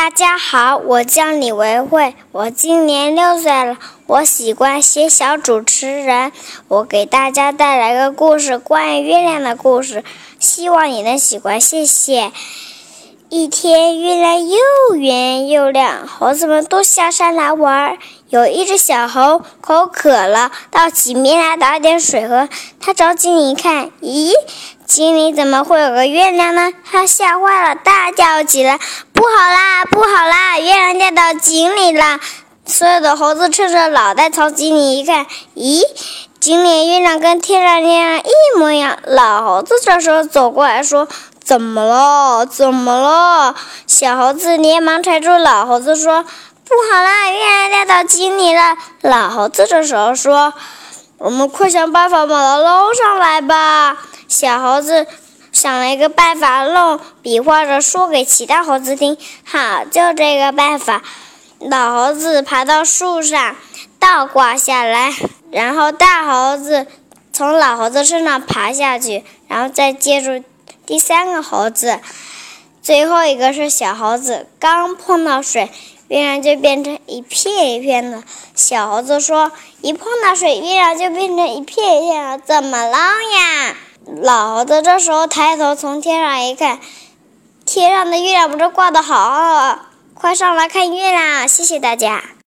大家好，我叫李维慧，我今年6岁了。我喜欢写小主持人，我给大家带来个故事，关于月亮的故事，希望你能喜欢，谢谢。一天，月亮又圆又亮，猴子们都下山来玩。有一只小猴口渴了，到井边来打点水喝。他找井里一看，咦，井里怎么会有个月亮呢？他吓坏了，大叫起来：不好啦，不好啦，月亮掉到井里了！所有的猴子趁着脑袋朝井里一看，咦，井里月亮跟天上月亮一模一样。老猴子这时候走过来说：怎么了？怎么了？小猴子连忙抬住老猴子说：不好啦，月亮掉到井里了。老猴子这时候说：我们快想办法把它捞上来吧。小猴子想了一个办法，比划着说给其他猴子听。好，就这个办法。老猴子爬到树上，倒挂下来，然后大猴子从老猴子身上爬下去，然后再接住第3个猴子，最后一个是小猴子，刚碰到水，月亮就变成一片一片的。小猴子说：一碰到水，月亮就变成一片一片了，怎么捞呀？老猴子这时候抬头从天上一看，天上的月亮不是挂得好好的，快上来看月亮，谢谢大家。